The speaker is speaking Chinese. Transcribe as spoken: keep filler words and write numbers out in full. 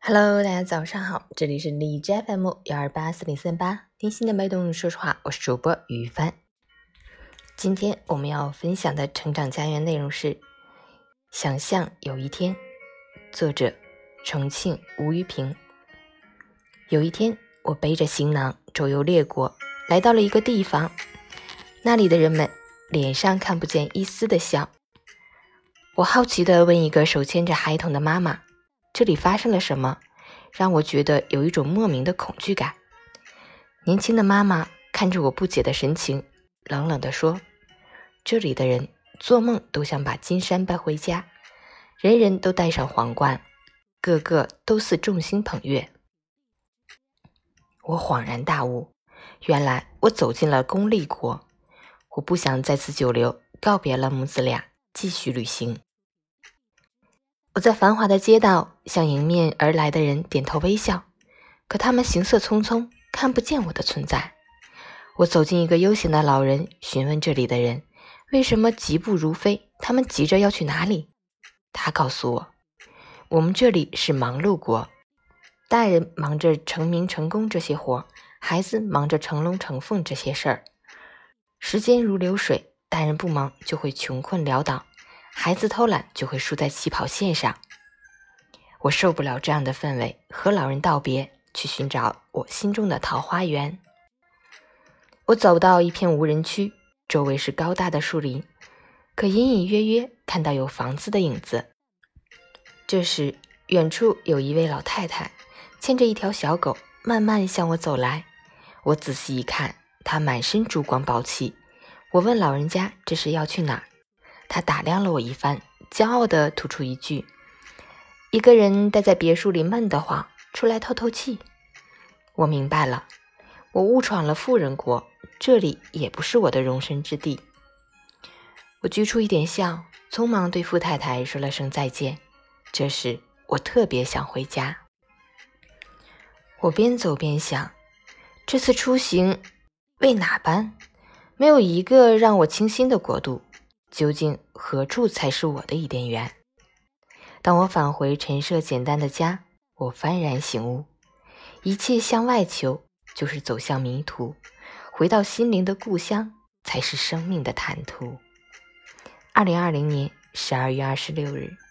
Hello， 大家早上好，这里是荔枝 F M 幺二八四零三八，听心的脉动说实话，我是主播于帆。今天我们要分享的成长家园内容是想象有一天，作者重庆吴玉平。有一天，我背着行囊周游列国，来到了一个地方，那里的人们脸上看不见一丝的笑。我好奇地问一个手牵着孩童的妈妈，这里发生了什么，让我觉得有一种莫名的恐惧感。年轻的妈妈看着我不解的神情，冷冷地说，这里的人做梦都想把金山搬回家，人人都戴上皇冠，个个都似众星捧月。我恍然大悟，原来我走进了功利国。我不想再次久留，告别了母子俩，继续旅行。我在繁华的街道向迎面而来的人点头微笑，可他们行色匆匆，看不见我的存在。我走进一个悠闲的老人，询问这里的人为什么疾步如飞，他们急着要去哪里。他告诉我，我们这里是忙碌国，大人忙着成名成功这些活，孩子忙着成龙成凤这些事儿。时间如流水，大人不忙就会穷困潦倒，孩子偷懒就会输在起跑线上。我受不了这样的氛围，和老人道别，去寻找我心中的桃花源。我走到一片无人区，周围是高大的树林，可隐隐约约看到有房子的影子。这时，远处有一位老太太，牵着一条小狗，慢慢向我走来。我仔细一看，她满身珠光宝气。我问老人家这是要去哪儿，他打量了我一番，骄傲地吐出一句，一个人待在别墅里闷得慌，出来透透气。我明白了，我误闯了富人国，这里也不是我的容身之地。我居出一点笑，匆忙对富太太说了声再见。这时我特别想回家。我边走边想，这次出行为哪般？没有一个让我倾心的国度，究竟何处才是我的伊甸园？当我返回陈设简单的家，我幡然醒悟，一切向外求就是走向迷途，回到心灵的故乡才是生命的坦途。二零二零年十二月二十六日。